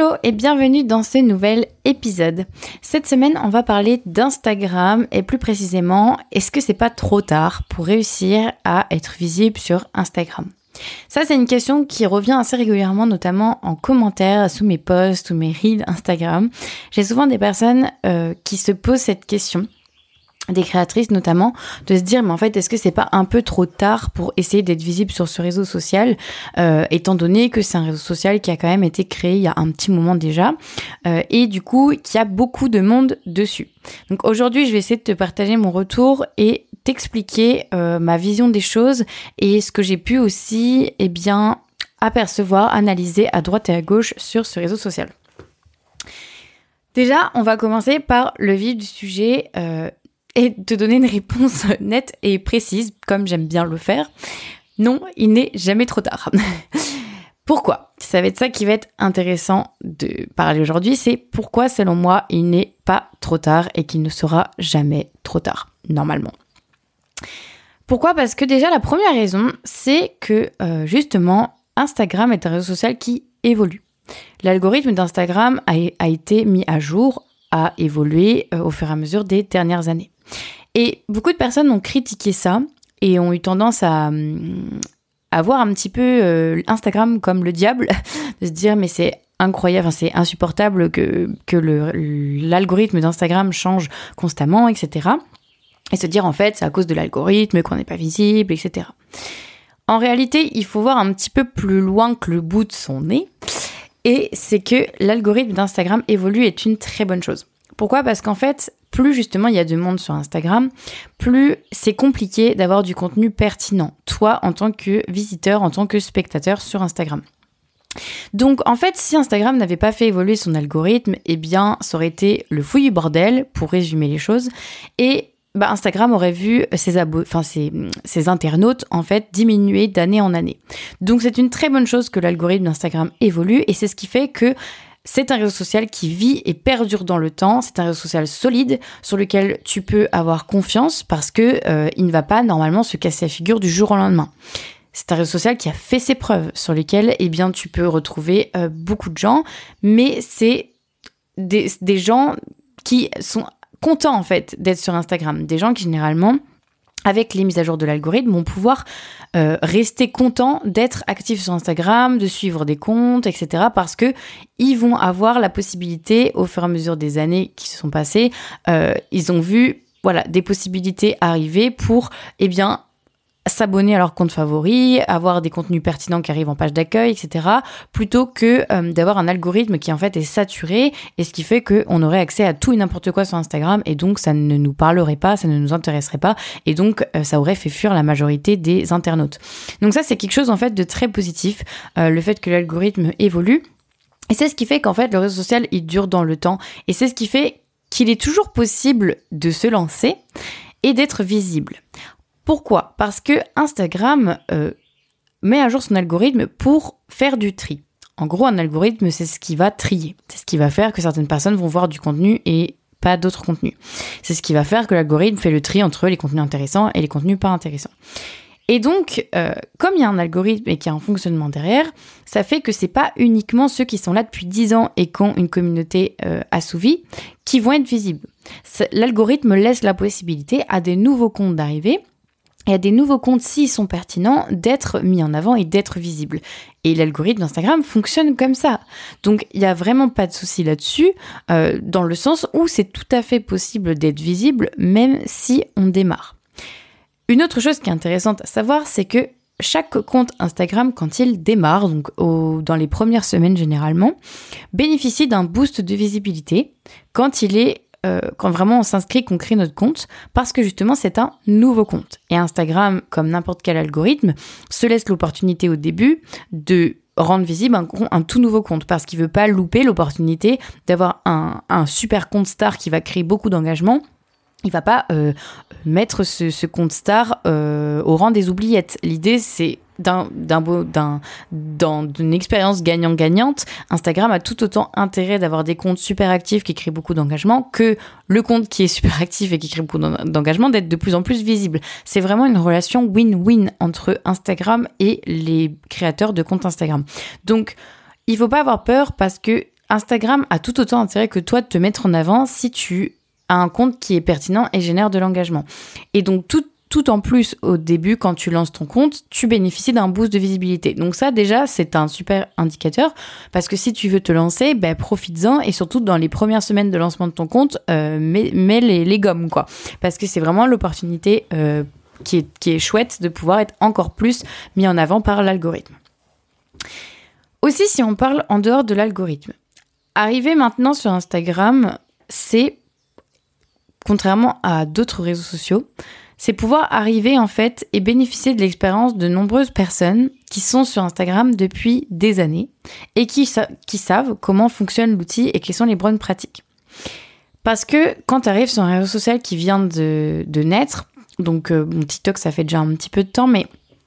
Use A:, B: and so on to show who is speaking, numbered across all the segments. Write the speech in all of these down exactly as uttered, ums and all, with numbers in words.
A: Hello et bienvenue dans ce nouvel épisode. Cette semaine, on va parler d'Instagram et plus précisément, est-ce que c'est pas trop tard pour réussir à être visible sur Instagram ? Ça, c'est une question qui revient assez régulièrement, notamment en commentaire sous mes posts ou mes reels Instagram. J'ai souvent des personnes euh, qui se posent cette question, des créatrices notamment, de se dire mais en fait est-ce que c'est pas un peu trop tard pour essayer d'être visible sur ce réseau social, euh, étant donné que c'est un réseau social qui a quand même été créé il y a un petit moment déjà euh, et du coup qui a beaucoup de monde dessus. Donc aujourd'hui je vais essayer de te partager mon retour et t'expliquer euh, ma vision des choses et ce que j'ai pu aussi eh bien apercevoir, analyser à droite et à gauche sur ce réseau social. Déjà on va commencer par le vif du sujet euh, et te donner une réponse nette et précise, comme j'aime bien le faire. Non, il n'est jamais trop tard. Pourquoi ? Ça va être ça qui va être intéressant de parler aujourd'hui, c'est pourquoi, selon moi, il n'est pas trop tard et qu'il ne sera jamais trop tard, normalement. Pourquoi ? Parce que déjà, la première raison, c'est que, euh, justement, Instagram est un réseau social qui évolue. L'algorithme d'Instagram a, a été mis à jour, a évolué euh, au fur et à mesure des dernières années. Et beaucoup de personnes ont critiqué ça et ont eu tendance à, à voir un petit peu euh, Instagram comme le diable, de se dire mais c'est incroyable, enfin, c'est insupportable que, que le, l'algorithme d'Instagram change constamment, et cetera. Et se dire en fait c'est à cause de l'algorithme qu'on n'est pas visible, et cetera. En réalité, il faut voir un petit peu plus loin que le bout de son nez. Et c'est que l'algorithme d'Instagram évolue est une très bonne chose. Pourquoi ? Parce qu'en fait, plus justement il y a de monde sur Instagram, plus c'est compliqué d'avoir du contenu pertinent, toi en tant que visiteur, en tant que spectateur sur Instagram. Donc en fait, si Instagram n'avait pas fait évoluer son algorithme, eh bien ça aurait été le fouillis bordel, pour résumer les choses, et bah, Instagram aurait vu ses, abo- enfin, ses, ses internautes en fait diminuer d'année en année. Donc c'est une très bonne chose que l'algorithme d'Instagram évolue et c'est ce qui fait que c'est un réseau social qui vit et perdure dans le temps. C'est un réseau social solide sur lequel tu peux avoir confiance parce que euh, il ne va pas normalement se casser la figure du jour au lendemain. C'est un réseau social qui a fait ses preuves, sur lesquelles eh bien, tu peux retrouver euh, beaucoup de gens, mais c'est des, des gens qui sont contents en fait d'être sur Instagram. Des gens qui généralement, avec les mises à jour de l'algorithme, vont pouvoir euh, rester contents d'être actifs sur Instagram, de suivre des comptes, et cetera. Parce que ils vont avoir la possibilité, au fur et à mesure des années qui se sont passées, euh, ils ont vu voilà, des possibilités arriver pour eh bien, s'abonner à leur compte favori, avoir des contenus pertinents qui arrivent en page d'accueil, et cetera, plutôt que euh, d'avoir un algorithme qui en fait est saturé, et ce qui fait qu'on aurait accès à tout et n'importe quoi sur Instagram, et donc ça ne nous parlerait pas, ça ne nous intéresserait pas, et donc euh, ça aurait fait fuir la majorité des internautes. Donc ça, c'est quelque chose en fait de très positif, euh, le fait que l'algorithme évolue, et c'est ce qui fait qu'en fait le réseau social, il dure dans le temps, et c'est ce qui fait qu'il est toujours possible de se lancer et d'être visible. Pourquoi ? Parce que Instagram euh, met à jour son algorithme pour faire du tri. En gros, un algorithme, c'est ce qui va trier. C'est ce qui va faire que certaines personnes vont voir du contenu et pas d'autres contenus. C'est ce qui va faire que l'algorithme fait le tri entre les contenus intéressants et les contenus pas intéressants. Et donc, euh, comme il y a un algorithme et qu'il y a un fonctionnement derrière, ça fait que c'est pas uniquement ceux qui sont là depuis dix ans et qui ont une communauté euh, assouvie qui vont être visibles. C'est, l'algorithme laisse la possibilité à des nouveaux comptes d'arriver. Il y a des nouveaux comptes, s'ils sont pertinents, d'être mis en avant et d'être visibles. Et l'algorithme d'Instagram fonctionne comme ça. Donc, il n'y a vraiment pas de souci là-dessus, euh, dans le sens où c'est tout à fait possible d'être visible, même si on démarre. Une autre chose qui est intéressante à savoir, c'est que chaque compte Instagram, quand il démarre, donc au, dans les premières semaines généralement, bénéficie d'un boost de visibilité quand il est Euh, quand vraiment on s'inscrit, qu'on crée notre compte, parce que justement c'est un nouveau compte. Et Instagram, comme n'importe quel algorithme, se laisse l'opportunité au début de rendre visible un, un tout nouveau compte, parce qu'il veut pas louper l'opportunité d'avoir un, un super compte star qui va créer beaucoup d'engagement. Il va pas euh, mettre ce, ce compte star euh, au rang des oubliettes. L'idée, c'est d'un, d'un beau, d'un, dans, d'une expérience gagnant-gagnante. Instagram a tout autant intérêt d'avoir des comptes super actifs qui créent beaucoup d'engagement que le compte qui est super actif et qui crée beaucoup d'engagement d'être de plus en plus visible. C'est vraiment une relation win-win entre Instagram et les créateurs de comptes Instagram. Donc, il faut pas avoir peur parce que Instagram a tout autant intérêt que toi de te mettre en avant si tu as un compte qui est pertinent et génère de l'engagement. Et donc, tout Tout en plus, au début, quand tu lances ton compte, tu bénéficies d'un boost de visibilité. Donc ça, déjà, c'est un super indicateur parce que si tu veux te lancer, ben, profites-en et surtout dans les premières semaines de lancement de ton compte, euh, mets, mets les, les gommes, quoi. Parce que c'est vraiment l'opportunité euh, qui est, qui est chouette de pouvoir être encore plus mis en avant par l'algorithme. Aussi, si on parle en dehors de l'algorithme, arriver maintenant sur Instagram, c'est, contrairement à d'autres réseaux sociaux, c'est pouvoir arriver en fait et bénéficier de l'expérience de nombreuses personnes qui sont sur Instagram depuis des années et qui, sa- qui savent comment fonctionne l'outil et quelles sont les bonnes pratiques. Parce que quand tu arrives sur un réseau social qui vient de, de naître, donc euh, bon, TikTok ça fait déjà un petit peu de temps, mais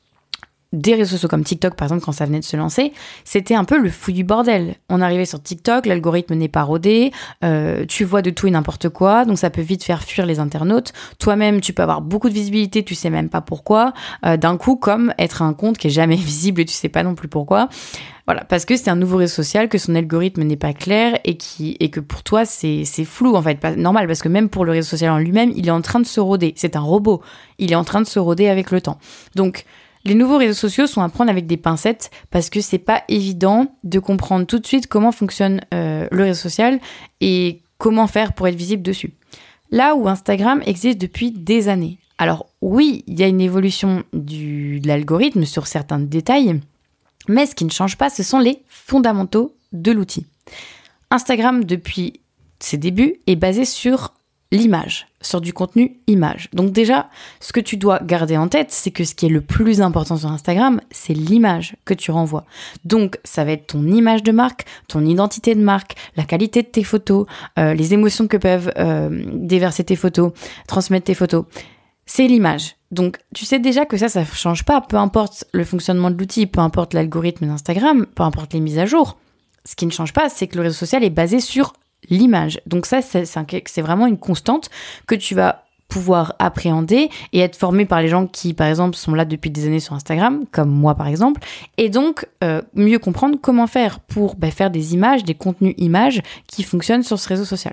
A: des réseaux sociaux comme TikTok, par exemple, quand ça venait de se lancer, c'était un peu le fouillis du bordel. On arrivait sur TikTok, l'algorithme n'est pas rodé, euh, tu vois de tout et n'importe quoi, donc ça peut vite faire fuir les internautes. Toi-même, tu peux avoir beaucoup de visibilité, tu sais même pas pourquoi. Euh, d'un coup, comme être un compte qui est jamais visible et tu sais pas non plus pourquoi. Voilà, parce que c'est un nouveau réseau social, que son algorithme n'est pas clair et, qui, et que pour toi, c'est, c'est flou, en fait. Pas normal, parce que même pour le réseau social en lui-même, il est en train de se roder. C'est un robot. Il est en train de se roder avec le temps. Donc, les nouveaux réseaux sociaux sont à prendre avec des pincettes parce que c'est pas évident de comprendre tout de suite comment fonctionne euh, le réseau social et comment faire pour être visible dessus. Là où Instagram existe depuis des années. Alors oui, il y a une évolution du, de l'algorithme sur certains détails, mais ce qui ne change pas, ce sont les fondamentaux de l'outil. Instagram, depuis ses débuts, est basé sur l'image, sur du contenu image. Donc déjà, ce que tu dois garder en tête, c'est que ce qui est le plus important sur Instagram, c'est l'image que tu renvoies. Donc ça va être ton image de marque, ton identité de marque, la qualité de tes photos, euh, les émotions que peuvent euh, déverser tes photos, transmettre tes photos. C'est l'image. Donc tu sais déjà que ça, ça ne change pas, peu importe le fonctionnement de l'outil, peu importe l'algorithme d'Instagram, peu importe les mises à jour. Ce qui ne change pas, c'est que le réseau social est basé sur l'image. Donc ça, c'est, c'est vraiment une constante que tu vas pouvoir appréhender et être formé par les gens qui, par exemple, sont là depuis des années sur Instagram, comme moi, par exemple, et donc euh, mieux comprendre comment faire pour bah, faire des images, des contenus images qui fonctionnent sur ce réseau social.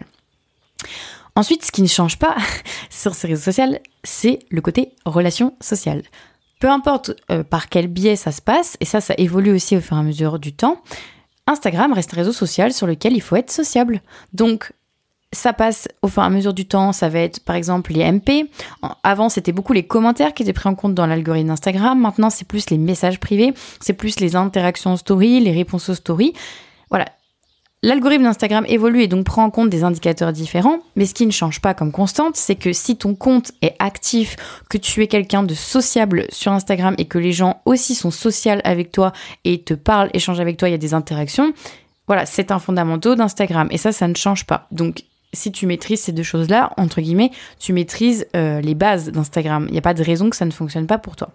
A: Ensuite, ce qui ne change pas sur ce réseau social, c'est le côté relation sociale. Peu importe euh, par quel biais ça se passe, et ça, ça évolue aussi au fur et à mesure du temps, Instagram reste un réseau social sur lequel il faut être sociable. Donc, ça passe au fur et à mesure du temps. Ça va être, par exemple, les M P. Avant, c'était beaucoup les commentaires qui étaient pris en compte dans l'algorithme d'Instagram. Maintenant, c'est plus les messages privés. C'est plus les interactions en story, les réponses aux stories. Voilà. L'algorithme d'Instagram évolue et donc prend en compte des indicateurs différents, mais ce qui ne change pas comme constante, c'est que si ton compte est actif, que tu es quelqu'un de sociable sur Instagram et que les gens aussi sont sociaux avec toi et te parlent, échangent avec toi, il y a des interactions, voilà, c'est un fondamental d'Instagram et ça, ça ne change pas. Donc, si tu maîtrises ces deux choses-là, entre guillemets, tu maîtrises euh, les bases d'Instagram. Il n'y a pas de raison que ça ne fonctionne pas pour toi.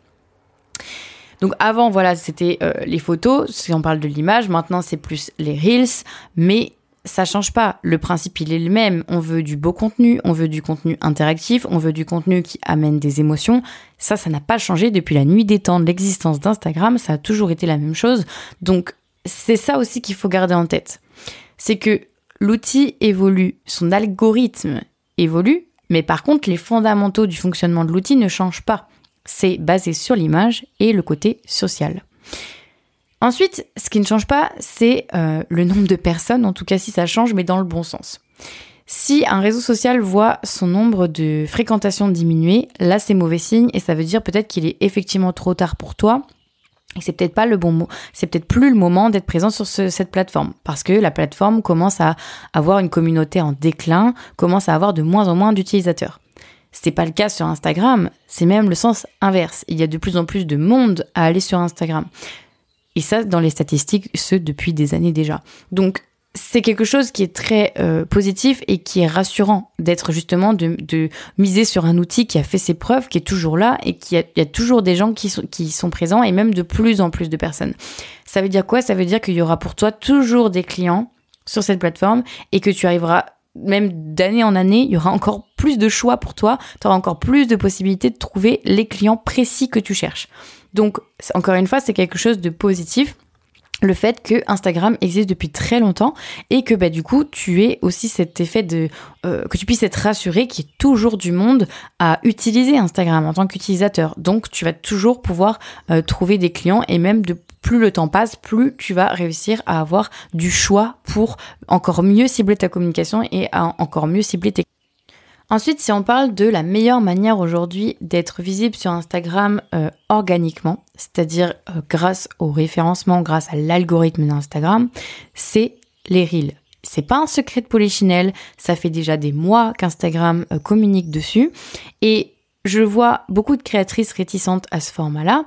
A: Donc avant, voilà, c'était euh, les photos, si on parle de l'image. Maintenant, c'est plus les Reels, mais ça change pas. Le principe, il est le même. On veut du beau contenu, on veut du contenu interactif, on veut du contenu qui amène des émotions. Ça, ça n'a pas changé depuis la nuit des temps de l'existence d'Instagram. Ça a toujours été la même chose. Donc, c'est ça aussi qu'il faut garder en tête. C'est que l'outil évolue, son algorithme évolue, mais par contre, les fondamentaux du fonctionnement de l'outil ne changent pas. C'est basé sur l'image et le côté social. Ensuite, ce qui ne change pas, c'est euh, le nombre de personnes, en tout cas si ça change, mais dans le bon sens. Si un réseau social voit son nombre de fréquentations diminuer, là c'est mauvais signe et ça veut dire peut-être qu'il est effectivement trop tard pour toi et c'est peut-être pas le bon mot, c'est peut-être plus le moment d'être présent sur ce, cette plateforme parce que la plateforme commence à avoir une communauté en déclin, commence à avoir de moins en moins d'utilisateurs. C'est pas le cas sur Instagram, c'est même le sens inverse. Il y a de plus en plus de monde à aller sur Instagram. Et ça, dans les statistiques, ce depuis des années déjà. Donc, c'est quelque chose qui est très euh, positif et qui est rassurant d'être justement, de, de miser sur un outil qui a fait ses preuves, qui est toujours là et qui a, il y a toujours des gens qui sont, qui sont présents et même de plus en plus de personnes. Ça veut dire quoi ? Ça veut dire qu'il y aura pour toi toujours des clients sur cette plateforme et que tu arriveras même d'année en année, il y aura encore plus de choix pour toi, tu auras encore plus de possibilités de trouver les clients précis que tu cherches. Donc, encore une fois, c'est quelque chose de positif. le fait que Instagram existe depuis très longtemps et que bah, du coup tu aies aussi cet effet de euh, que tu puisses être rassuré qu'il y ait toujours du monde à utiliser Instagram en tant qu'utilisateur. Donc tu vas toujours pouvoir euh, trouver des clients et même de plus le temps passe, plus tu vas réussir à avoir du choix pour encore mieux cibler ta communication et à encore mieux cibler tes. Ensuite, si on parle de la meilleure manière aujourd'hui d'être visible sur Instagram euh, organiquement, c'est-à-dire euh, grâce au référencement, grâce à l'algorithme d'Instagram, c'est les Reels. C'est pas un secret de polichinelle, ça fait déjà des mois qu'Instagram euh, communique dessus et je vois beaucoup de créatrices réticentes à ce format-là.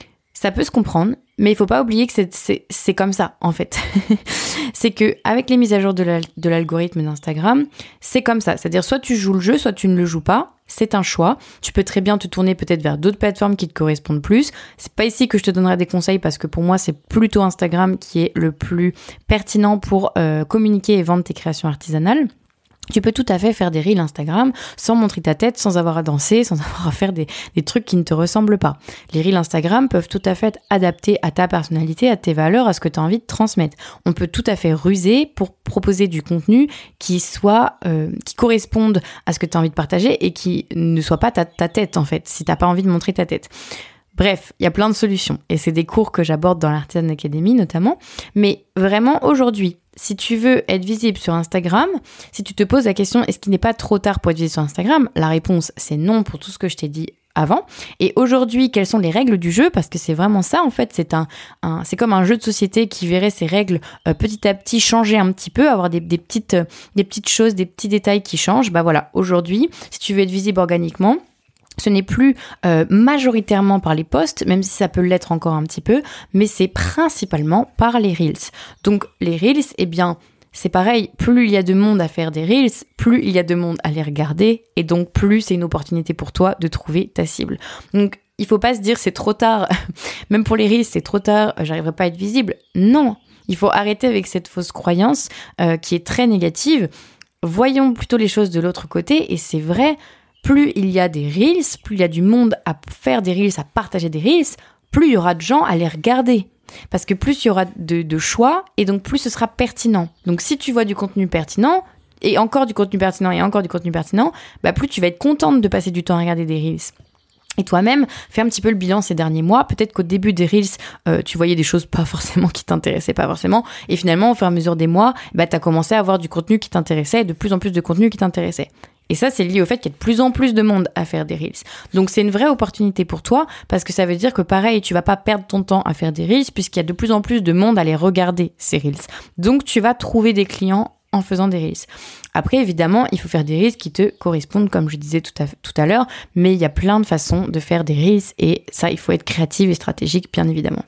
A: Ça peut se comprendre, mais il faut pas oublier que c'est, c'est, c'est comme ça, en fait. C'est que avec les mises à jour de, la, de l'algorithme d'Instagram, c'est comme ça. C'est-à-dire, soit tu joues le jeu, soit tu ne le joues pas. C'est un choix. Tu peux très bien te tourner peut-être vers d'autres plateformes qui te correspondent plus. C'est pas ici que je te donnerai des conseils parce que pour moi, c'est plutôt Instagram qui est le plus pertinent pour euh, communiquer et vendre tes créations artisanales. Tu peux tout à fait faire des reels Instagram sans montrer ta tête, sans avoir à danser, sans avoir à faire des, des trucs qui ne te ressemblent pas. Les reels Instagram peuvent tout à fait être adaptés à ta personnalité, à tes valeurs, à ce que tu as envie de transmettre. On peut tout à fait ruser pour proposer du contenu qui soit, euh, qui corresponde à ce que tu as envie de partager et qui ne soit pas ta, ta tête en fait, si tu n'as pas envie de montrer ta tête. Bref, il y a plein de solutions et c'est des cours que j'aborde dans l'Artisan Academy notamment. Mais vraiment aujourd'hui, si tu veux être visible sur Instagram, si tu te poses la question est-ce qu'il n'est pas trop tard pour être visible sur Instagram, la réponse c'est non pour tout ce que je t'ai dit avant. Et aujourd'hui, quelles sont les règles du jeu? Parce que c'est vraiment ça en fait, c'est un, un c'est comme un jeu de société qui verrait ses règles euh, petit à petit changer un petit peu, avoir des, des petites euh, des petites choses, des petits détails qui changent. Bah voilà, aujourd'hui, si tu veux être visible organiquement, ce n'est plus euh, majoritairement par les posts, même si ça peut l'être encore un petit peu, mais c'est principalement par les Reels. Donc les Reels, eh bien, c'est pareil, plus il y a de monde à faire des Reels, plus il y a de monde à les regarder, et donc plus c'est une opportunité pour toi de trouver ta cible. Donc il faut pas se dire c'est trop tard, même pour les Reels c'est trop tard, j'arriverai pas à être visible. Non, il faut arrêter avec cette fausse croyance euh, qui est très négative. Voyons plutôt les choses de l'autre côté, et c'est vrai, plus il y a des Reels, plus il y a du monde à faire des Reels, à partager des Reels, plus il y aura de gens à les regarder. Parce que plus il y aura de, de choix, et donc plus ce sera pertinent. Donc si tu vois du contenu pertinent, et encore du contenu pertinent, et encore du contenu pertinent, bah plus tu vas être contente de passer du temps à regarder des Reels. Et toi-même, fais un petit peu le bilan ces derniers mois. Peut-être qu'au début des Reels, euh, tu voyais des choses pas forcément qui t'intéressaient, pas forcément. Et finalement, au fur et à mesure des mois, bah, tu as commencé à avoir du contenu qui t'intéressait et de plus en plus de contenu qui t'intéressait. Et ça, c'est lié au fait qu'il y a de plus en plus de monde à faire des Reels. Donc, c'est une vraie opportunité pour toi parce que ça veut dire que pareil, tu vas pas perdre ton temps à faire des Reels puisqu'il y a de plus en plus de monde à les regarder, ces Reels. Donc, tu vas trouver des clients en faisant des Reels. Après, évidemment, il faut faire des Reels qui te correspondent, comme je disais tout à, tout à l'heure, mais il y a plein de façons de faire des Reels et ça, il faut être créative et stratégique, bien évidemment.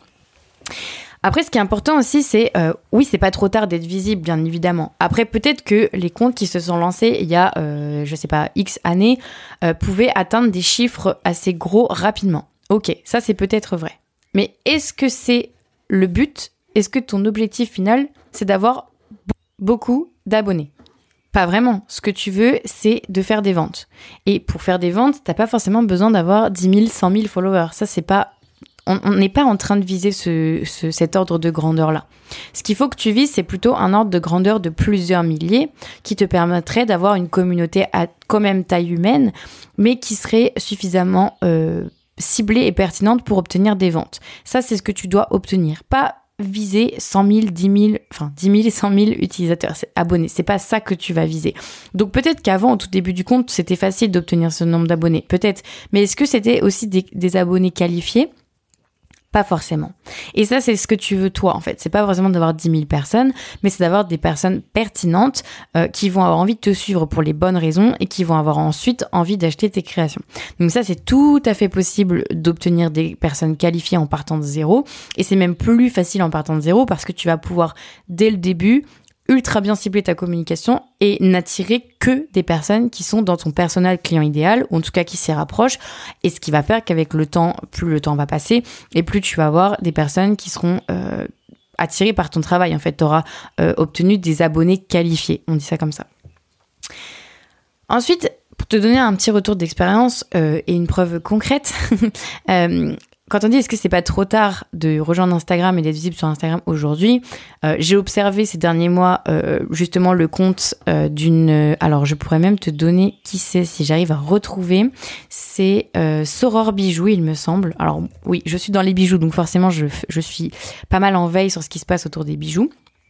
A: Après, ce qui est important aussi, c'est, euh, oui, c'est pas trop tard d'être visible, bien évidemment. Après, peut-être que les comptes qui se sont lancés il y a, euh, je sais pas, X années, euh, pouvaient atteindre des chiffres assez gros rapidement. Ok, ça c'est peut-être vrai. Mais est-ce que c'est le but? Est-ce que ton objectif final, c'est d'avoir beaucoup d'abonnés? Pas vraiment. Ce que tu veux, c'est de faire des ventes. Et pour faire des ventes, t'as pas forcément besoin d'avoir dix mille, cent mille followers. Ça, c'est pas... On n'est pas en train de viser ce, ce, cet ordre de grandeur-là. Ce qu'il faut que tu vises, c'est plutôt un ordre de grandeur de plusieurs milliers qui te permettrait d'avoir une communauté à quand même taille humaine, mais qui serait suffisamment euh, ciblée et pertinente pour obtenir des ventes. Ça, c'est ce que tu dois obtenir. Pas viser cent mille, dix mille, enfin dix mille et cent mille utilisateurs, c'est abonnés. C'est pas ça que tu vas viser. Donc peut-être qu'avant, au tout début du compte, c'était facile d'obtenir ce nombre d'abonnés. Peut-être. Mais est-ce que c'était aussi des, des abonnés qualifiés ? Pas forcément. Et ça, c'est ce que tu veux toi, en fait. C'est pas forcément d'avoir dix mille personnes, mais c'est d'avoir des personnes pertinentes euh, qui vont avoir envie de te suivre pour les bonnes raisons et qui vont avoir ensuite envie d'acheter tes créations. Donc ça, c'est tout à fait possible d'obtenir des personnes qualifiées en partant de zéro. Et c'est même plus facile en partant de zéro parce que tu vas pouvoir, dès le début, ultra bien cibler ta communication et n'attirer que des personnes qui sont dans ton personnel client idéal, ou en tout cas qui s'y rapprochent, et ce qui va faire qu'avec le temps, plus le temps va passer, et plus tu vas avoir des personnes qui seront euh, attirées par ton travail. En fait, tu auras euh, obtenu des abonnés qualifiés, on dit ça comme ça. Ensuite, pour te donner un petit retour d'expérience euh, et une preuve concrète, euh, quand on dit est-ce que c'est pas trop tard de rejoindre Instagram et d'être visible sur Instagram aujourd'hui, euh, j'ai observé ces derniers mois euh, justement le compte euh, d'une... Alors je pourrais même te donner qui c'est si j'arrive à retrouver. C'est euh, Soror Bijoux, il me semble. Alors oui, je suis dans les bijoux, donc forcément je, je suis pas mal en veille sur ce qui se passe autour des bijoux.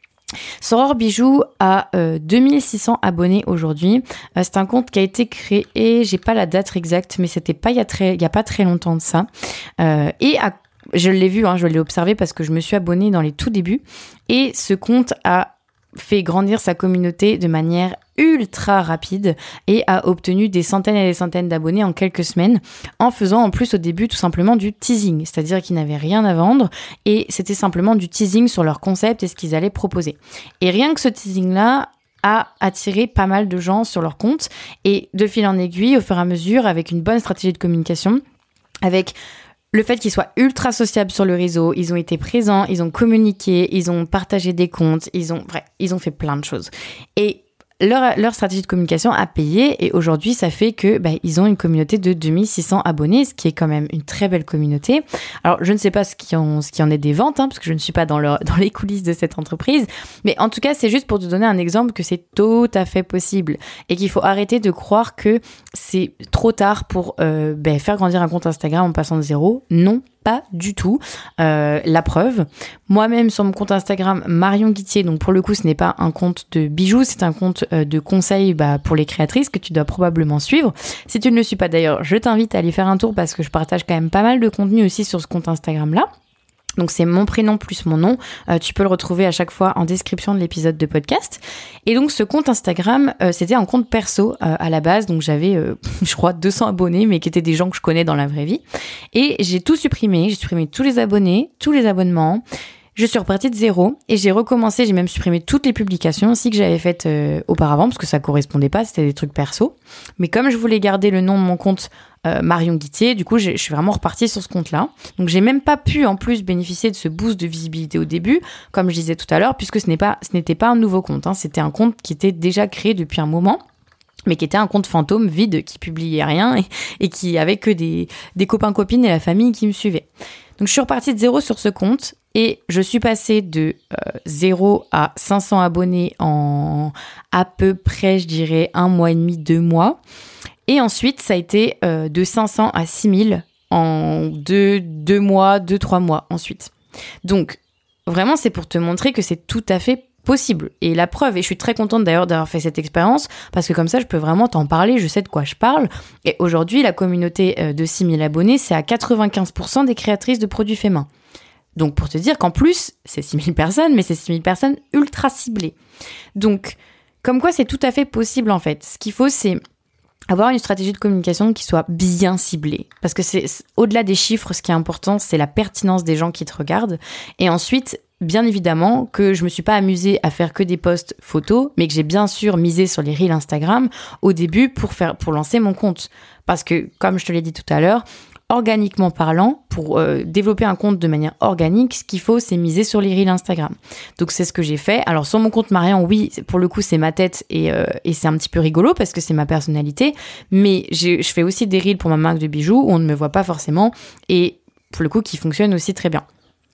A: Soror Bijoux a euh, deux mille six cents abonnés aujourd'hui. Euh, c'est un compte qui a été créé, j'ai pas la date exacte, mais c'était pas il y a très, il y a pas très longtemps de ça. Euh, et à, je l'ai vu, hein, je l'ai observé parce que je me suis abonnée dans les tout débuts. Et ce compte a fait grandir sa communauté de manière ultra rapide et a obtenu des centaines et des centaines d'abonnés en quelques semaines en faisant en plus au début tout simplement du teasing, c'est-à-dire qu'ils n'avaient rien à vendre et c'était simplement du teasing sur leur concept et ce qu'ils allaient proposer. Et rien que ce teasing-là a attiré pas mal de gens sur leur compte et de fil en aiguille, au fur et à mesure, avec une bonne stratégie de communication, avec le fait qu'ils soient ultra sociables sur le réseau, ils ont été présents, ils ont communiqué, ils ont partagé des comptes, ils ont, bref, ils ont fait plein de choses. Et leur, leur stratégie de communication a payé et aujourd'hui, ça fait que bah, ils ont une communauté de deux mille six cents abonnés, ce qui est quand même une très belle communauté. Alors, je ne sais pas ce qui en, ce qui en est des ventes, hein, parce que je ne suis pas dans, leur, dans les coulisses de cette entreprise, mais en tout cas, c'est juste pour te donner un exemple que c'est tout à fait possible et qu'il faut arrêter de croire que c'est trop tard pour euh, bah, faire grandir un compte Instagram en passant de zéro. Non, pas du tout. Euh, la preuve, moi-même sur mon compte Instagram Marion Guittier, donc pour le coup ce n'est pas un compte de bijoux, c'est un compte euh, de conseils bah, pour les créatrices que tu dois probablement suivre. Si tu ne le suis pas d'ailleurs, je t'invite à aller faire un tour parce que je partage quand même pas mal de contenu aussi sur ce compte Instagram là. Donc c'est mon prénom plus mon nom, euh, tu peux le retrouver à chaque fois en description de l'épisode de podcast. Et donc ce compte Instagram, euh, c'était un compte perso euh, à la base, donc j'avais euh, je crois deux cents abonnés, mais qui étaient des gens que je connais dans la vraie vie. Et j'ai tout supprimé, j'ai supprimé tous les abonnés, tous les abonnements. Je suis repartie de zéro et j'ai recommencé, j'ai même supprimé toutes les publications aussi que j'avais faites euh, auparavant parce que ça correspondait pas, c'était des trucs perso. Mais comme je voulais garder le nom de mon compte euh, Marion Guittier, du coup je suis vraiment repartie sur ce compte-là. Donc j'ai même pas pu en plus bénéficier de ce boost de visibilité au début, comme je disais tout à l'heure, puisque ce n'est pas, ce n'était pas un nouveau compte, hein, c'était un compte qui était déjà créé depuis un moment, mais qui était un compte fantôme vide, qui publiait rien et, et qui avait que des, des copains-copines et la famille qui me suivaient. Donc je suis repartie de zéro sur ce compte et je suis passée de euh, zéro à cinq cents abonnés en à peu près, je dirais, un mois et demi, deux mois. Et ensuite, ça a été euh, de cinq cents à six mille en deux, deux mois, deux, trois mois ensuite. Donc, vraiment, c'est pour te montrer que c'est tout à fait possible. Et la preuve, et je suis très contente d'ailleurs d'avoir fait cette expérience, parce que comme ça, je peux vraiment t'en parler, je sais de quoi je parle. Et aujourd'hui, la communauté de six mille abonnés, c'est à quatre-vingt-quinze pour cent des créatrices de produits faits main. Donc, pour te dire qu'en plus, c'est six mille personnes, mais c'est six mille personnes ultra ciblées. Donc, comme quoi c'est tout à fait possible en fait. Ce qu'il faut, c'est avoir une stratégie de communication qui soit bien ciblée. Parce que c'est au-delà des chiffres, ce qui est important, c'est la pertinence des gens qui te regardent. Et ensuite, bien évidemment, que je me suis pas amusée à faire que des posts photos, mais que j'ai bien sûr misé sur les reels Instagram au début pour faire, pour lancer mon compte. Parce que, comme je te l'ai dit tout à l'heure, organiquement parlant, pour euh, développer un compte de manière organique, ce qu'il faut, c'est miser sur les reels Instagram. Donc, c'est ce que j'ai fait. Alors, sur mon compte Marion, oui, pour le coup, c'est ma tête et, euh, et c'est un petit peu rigolo parce que c'est ma personnalité. Mais j'ai, je fais aussi des reels pour ma marque de bijoux où on ne me voit pas forcément et pour le coup, qui fonctionnent aussi très bien.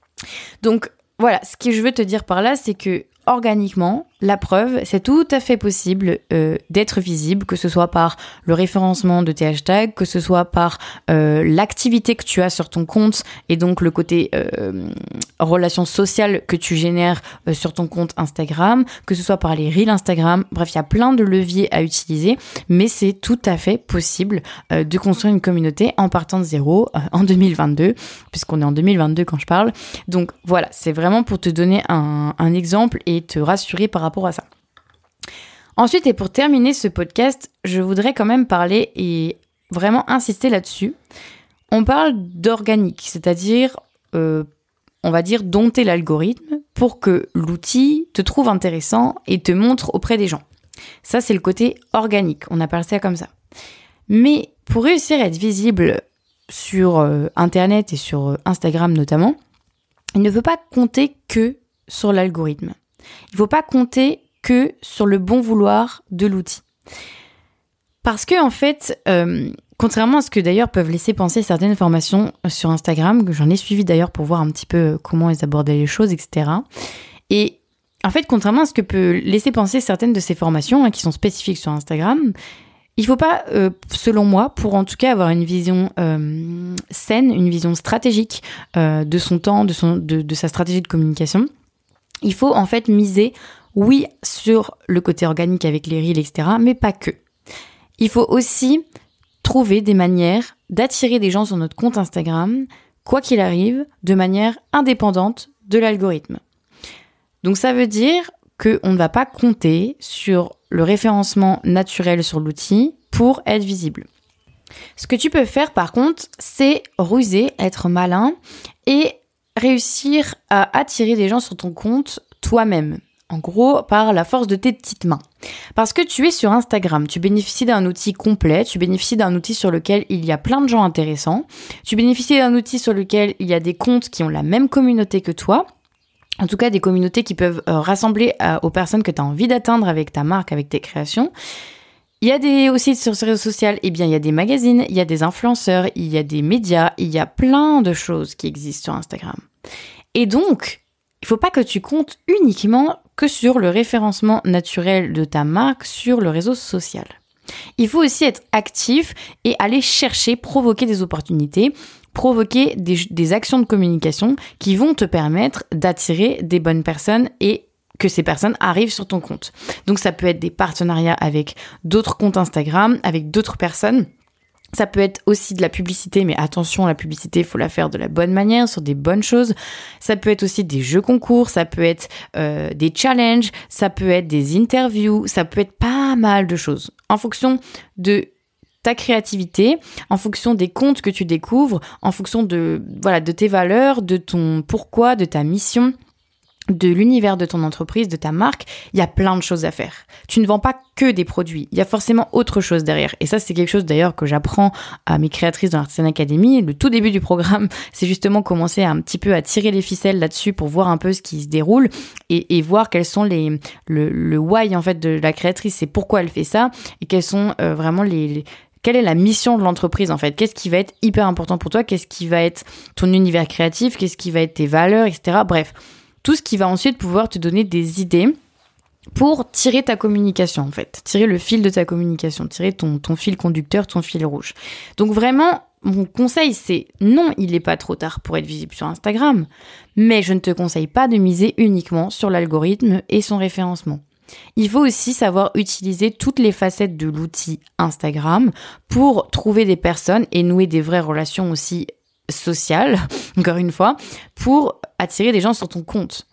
A: Donc, voilà, ce que je veux te dire par là, c'est que organiquement, la preuve, c'est tout à fait possible euh, d'être visible, que ce soit par le référencement de tes hashtags, que ce soit par euh, l'activité que tu as sur ton compte et donc le côté euh, relation sociale que tu génères euh, sur ton compte Instagram, que ce soit par les reels Instagram. Bref, il y a plein de leviers à utiliser, mais c'est tout à fait possible euh, de construire une communauté en partant de zéro euh, en deux mille vingt-deux, puisqu'on est en deux mille vingt-deux quand je parle. Donc voilà, c'est vraiment pour te donner un, un exemple et te rassurer par rapport à ça. Ensuite, et pour terminer ce podcast, je voudrais quand même parler et vraiment insister là-dessus. On parle d'organique, c'est-à-dire, euh, on va dire, dompter l'algorithme pour que l'outil te trouve intéressant et te montre auprès des gens. Ça, c'est le côté organique, on appelle ça comme ça. Mais pour réussir à être visible sur euh, Internet et sur euh, Instagram notamment, il ne faut pas compter que sur l'algorithme. Il ne faut pas compter que sur le bon vouloir de l'outil. Parce que, en fait, euh, contrairement à ce que d'ailleurs peuvent laisser penser certaines formations sur Instagram, que j'en ai suivi d'ailleurs pour voir un petit peu comment elles abordaient les choses, et cetera. Et en fait, contrairement à ce que peut laisser penser certaines de ces formations hein, qui sont spécifiques sur Instagram, il ne faut pas, euh, selon moi, pour en tout cas avoir une vision euh, saine, une vision stratégique euh, de son temps, de, son, de, de sa stratégie de communication, il faut en fait miser, oui, sur le côté organique avec les reels, et cetera, mais pas que. Il faut aussi trouver des manières d'attirer des gens sur notre compte Instagram, quoi qu'il arrive, de manière indépendante de l'algorithme. Donc ça veut dire qu'on ne va pas compter sur le référencement naturel sur l'outil pour être visible. Ce que tu peux faire par contre, c'est ruser, être malin et réussir à attirer des gens sur ton compte toi-même. En gros, par la force de tes petites mains. Parce que tu es sur Instagram, tu bénéficies d'un outil complet, tu bénéficies d'un outil sur lequel il y a plein de gens intéressants, tu bénéficies d'un outil sur lequel il y a des comptes qui ont la même communauté que toi, en tout cas des communautés qui peuvent euh, rassembler euh, aux personnes que tu as envie d'atteindre avec ta marque, avec tes créations. Il y a des, aussi sur ces réseaux sociaux, eh bien, il y a des magazines, il y a des influenceurs, il y a des médias, il y a plein de choses qui existent sur Instagram. Et donc, il ne faut pas que tu comptes uniquement que sur le référencement naturel de ta marque sur le réseau social. Il faut aussi être actif et aller chercher, provoquer des opportunités, provoquer des, des actions de communication qui vont te permettre d'attirer des bonnes personnes et que ces personnes arrivent sur ton compte. Donc ça peut être des partenariats avec d'autres comptes Instagram, avec d'autres personnes. Ça peut être aussi de la publicité, mais attention, la publicité, il faut la faire de la bonne manière, sur des bonnes choses. Ça peut être aussi des jeux concours, ça peut être euh, des challenges, ça peut être des interviews, ça peut être pas mal de choses. En fonction de ta créativité, en fonction des comptes que tu découvres, en fonction de, voilà, de tes valeurs, de ton pourquoi, de ta mission, de l'univers de ton entreprise, de ta marque, il y a plein de choses à faire. Tu ne vends pas que des produits, il y a forcément autre chose derrière. Et ça, c'est quelque chose d'ailleurs que j'apprends à mes créatrices dans l'Artisan Academy. Le tout début du programme, c'est justement commencer à un petit peu à tirer les ficelles là-dessus pour voir un peu ce qui se déroule et, et voir quels sont les le, le why en fait de la créatrice, c'est pourquoi elle fait ça et quels sont euh, vraiment les, les quelle est la mission de l'entreprise en fait? Qu'est-ce qui va être hyper important pour toi? Qu'est-ce qui va être ton univers créatif? Qu'est-ce qui va être tes valeurs, et cetera. Bref, tout ce qui va ensuite pouvoir te donner des idées pour tirer ta communication en fait, tirer le fil de ta communication, tirer ton, ton fil conducteur, ton fil rouge. Donc vraiment, mon conseil c'est non, il n'est pas trop tard pour être visible sur Instagram, mais je ne te conseille pas de miser uniquement sur l'algorithme et son référencement. Il faut aussi savoir utiliser toutes les facettes de l'outil Instagram pour trouver des personnes et nouer des vraies relations aussi sociales, encore une fois, pour attirer des gens sur ton compte.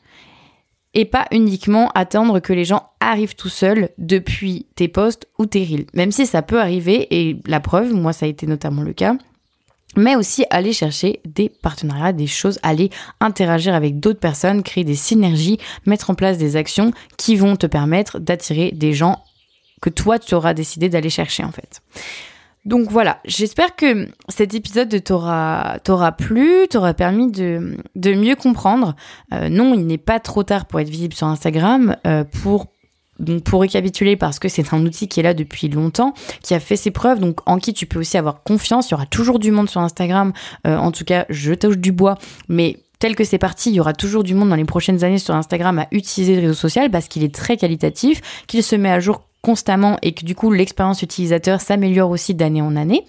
A: Et pas uniquement attendre que les gens arrivent tout seuls depuis tes posts ou tes reels. Même si ça peut arriver, et la preuve, moi ça a été notamment le cas, mais aussi aller chercher des partenariats, des choses, aller interagir avec d'autres personnes, créer des synergies, mettre en place des actions qui vont te permettre d'attirer des gens que toi, tu auras décidé d'aller chercher en fait. Donc voilà, j'espère que cet épisode t'aura, t'aura plu, t'aura permis de, de mieux comprendre. Euh, non, il n'est pas trop tard pour être visible sur Instagram, euh, pour Donc pour récapituler, parce que c'est un outil qui est là depuis longtemps, qui a fait ses preuves, donc en qui tu peux aussi avoir confiance. Il y aura toujours du monde sur Instagram, euh, en tout cas je touche du bois, mais tel que c'est parti, il y aura toujours du monde dans les prochaines années sur Instagram à utiliser le réseau social parce qu'il est très qualitatif, qu'il se met à jour constamment et que du coup l'expérience utilisateur s'améliore aussi d'année en année.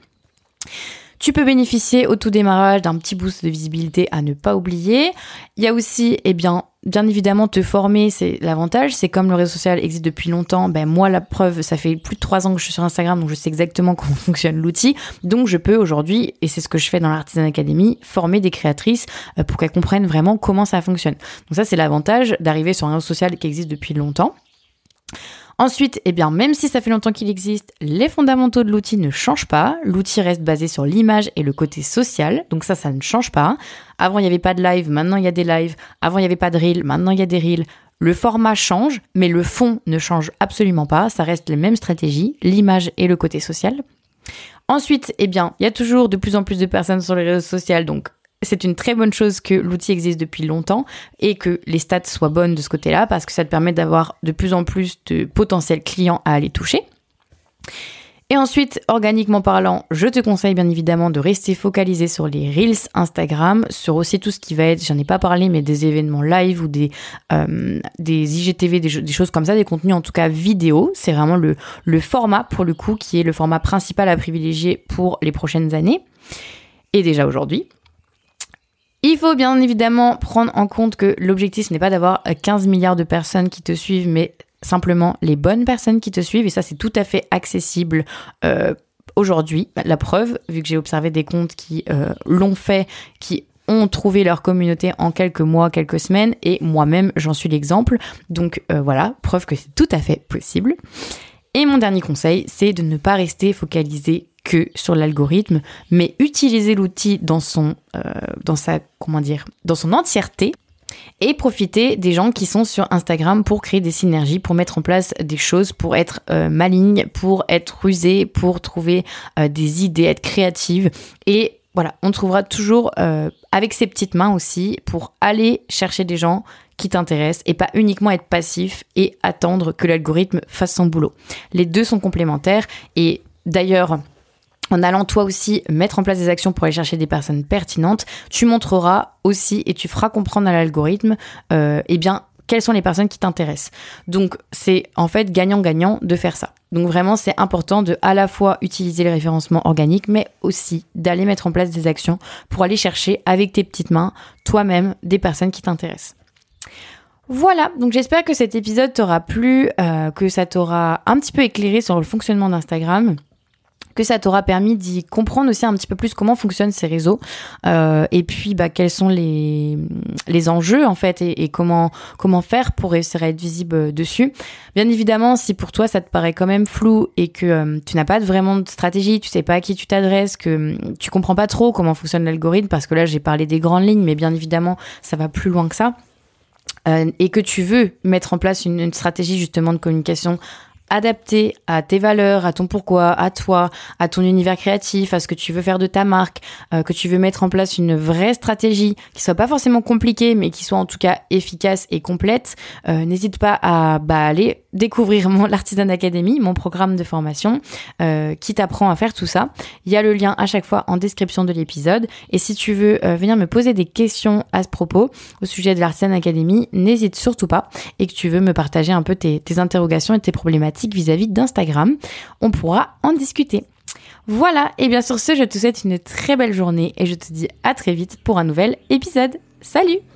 A: Tu peux bénéficier au tout démarrage d'un petit boost de visibilité à ne pas oublier. Il y a aussi, eh bien, bien évidemment, te former, c'est l'avantage. C'est comme le réseau social existe depuis longtemps. Ben, moi, la preuve, ça fait plus de trois ans que je suis sur Instagram, donc je sais exactement comment fonctionne l'outil. Donc, je peux aujourd'hui, et c'est ce que je fais dans l'Artisan Academy, former des créatrices pour qu'elles comprennent vraiment comment ça fonctionne. Donc ça, c'est l'avantage d'arriver sur un réseau social qui existe depuis longtemps. Ensuite, eh bien, même si ça fait longtemps qu'il existe, les fondamentaux de l'outil ne changent pas. L'outil reste basé sur l'image et le côté social. Donc ça, ça ne change pas. Avant, il n'y avait pas de live, maintenant il y a des lives. Avant, il n'y avait pas de reel, maintenant il y a des reels. Le format change, mais le fond ne change absolument pas. Ça reste les mêmes stratégies, l'image et le côté social. Ensuite, eh bien, il y a toujours de plus en plus de personnes sur les réseaux sociaux, donc c'est une très bonne chose que l'outil existe depuis longtemps et que les stats soient bonnes de ce côté-là parce que ça te permet d'avoir de plus en plus de potentiels clients à aller toucher. Et ensuite, organiquement parlant, je te conseille bien évidemment de rester focalisé sur les Reels Instagram, sur aussi tout ce qui va être, j'en ai pas parlé, mais des événements live ou des, euh, des I G T V, des, des choses comme ça, des contenus en tout cas vidéo. C'est vraiment le, le format pour le coup qui est le format principal à privilégier pour les prochaines années. Et déjà aujourd'hui. Il faut bien évidemment prendre en compte que l'objectif, ce n'est pas d'avoir quinze milliards de personnes qui te suivent, mais simplement les bonnes personnes qui te suivent. Et ça, c'est tout à fait accessible euh, aujourd'hui. La preuve, vu que j'ai observé des comptes qui euh, l'ont fait, qui ont trouvé leur communauté en quelques mois, quelques semaines. Et moi-même, j'en suis l'exemple. Donc euh, voilà, preuve que c'est tout à fait possible. Et mon dernier conseil, c'est de ne pas rester focalisé que sur l'algorithme, mais utiliser l'outil dans son, euh, dans sa, comment dire, dans son entièreté et profiter des gens qui sont sur Instagram pour créer des synergies, pour mettre en place des choses, pour être euh, maligne, pour être rusé, pour trouver euh, des idées, être créative. Et voilà, on trouvera toujours euh, avec ses petites mains aussi pour aller chercher des gens qui t'intéressent et pas uniquement être passif et attendre que l'algorithme fasse son boulot. Les deux sont complémentaires et d'ailleurs, en allant toi aussi mettre en place des actions pour aller chercher des personnes pertinentes, tu montreras aussi et tu feras comprendre à l'algorithme euh, eh bien, quelles sont les personnes qui t'intéressent. Donc, c'est en fait gagnant-gagnant de faire ça. Donc vraiment, c'est important de à la fois utiliser le référencement organique, mais aussi d'aller mettre en place des actions pour aller chercher avec tes petites mains, toi-même, des personnes qui t'intéressent. Voilà, donc j'espère que cet épisode t'aura plu, euh, que ça t'aura un petit peu éclairé sur le fonctionnement d'Instagram, que ça t'aura permis d'y comprendre aussi un petit peu plus comment fonctionnent ces réseaux euh, et puis bah, quels sont les, les enjeux en fait et, et comment, comment faire pour réussir à être visible dessus. Bien évidemment, si pour toi ça te paraît quand même flou et que euh, tu n'as pas vraiment de stratégie, tu sais pas à qui tu t'adresses, que euh, tu comprends pas trop comment fonctionne l'algorithme, parce que là j'ai parlé des grandes lignes, mais bien évidemment ça va plus loin que ça, euh, et que tu veux mettre en place une, une stratégie justement de communication adapté à tes valeurs, à ton pourquoi, à toi, à ton univers créatif, à ce que tu veux faire de ta marque, euh, que tu veux mettre en place une vraie stratégie qui soit pas forcément compliquée, mais qui soit en tout cas efficace et complète, euh, n'hésite pas à bah, aller découvrir mon l'Artisan Academy, mon programme de formation euh, qui t'apprend à faire tout ça. Il y a le lien à chaque fois en description de l'épisode. Et si tu veux euh, venir me poser des questions à ce propos, au sujet de l'Artisan Academy, n'hésite surtout pas, et que tu veux me partager un peu tes, tes interrogations et tes problématiques vis-à-vis d'Instagram, on pourra en discuter. Voilà, et bien sur ce, je te souhaite une très belle journée et je te dis à très vite pour un nouvel épisode. Salut!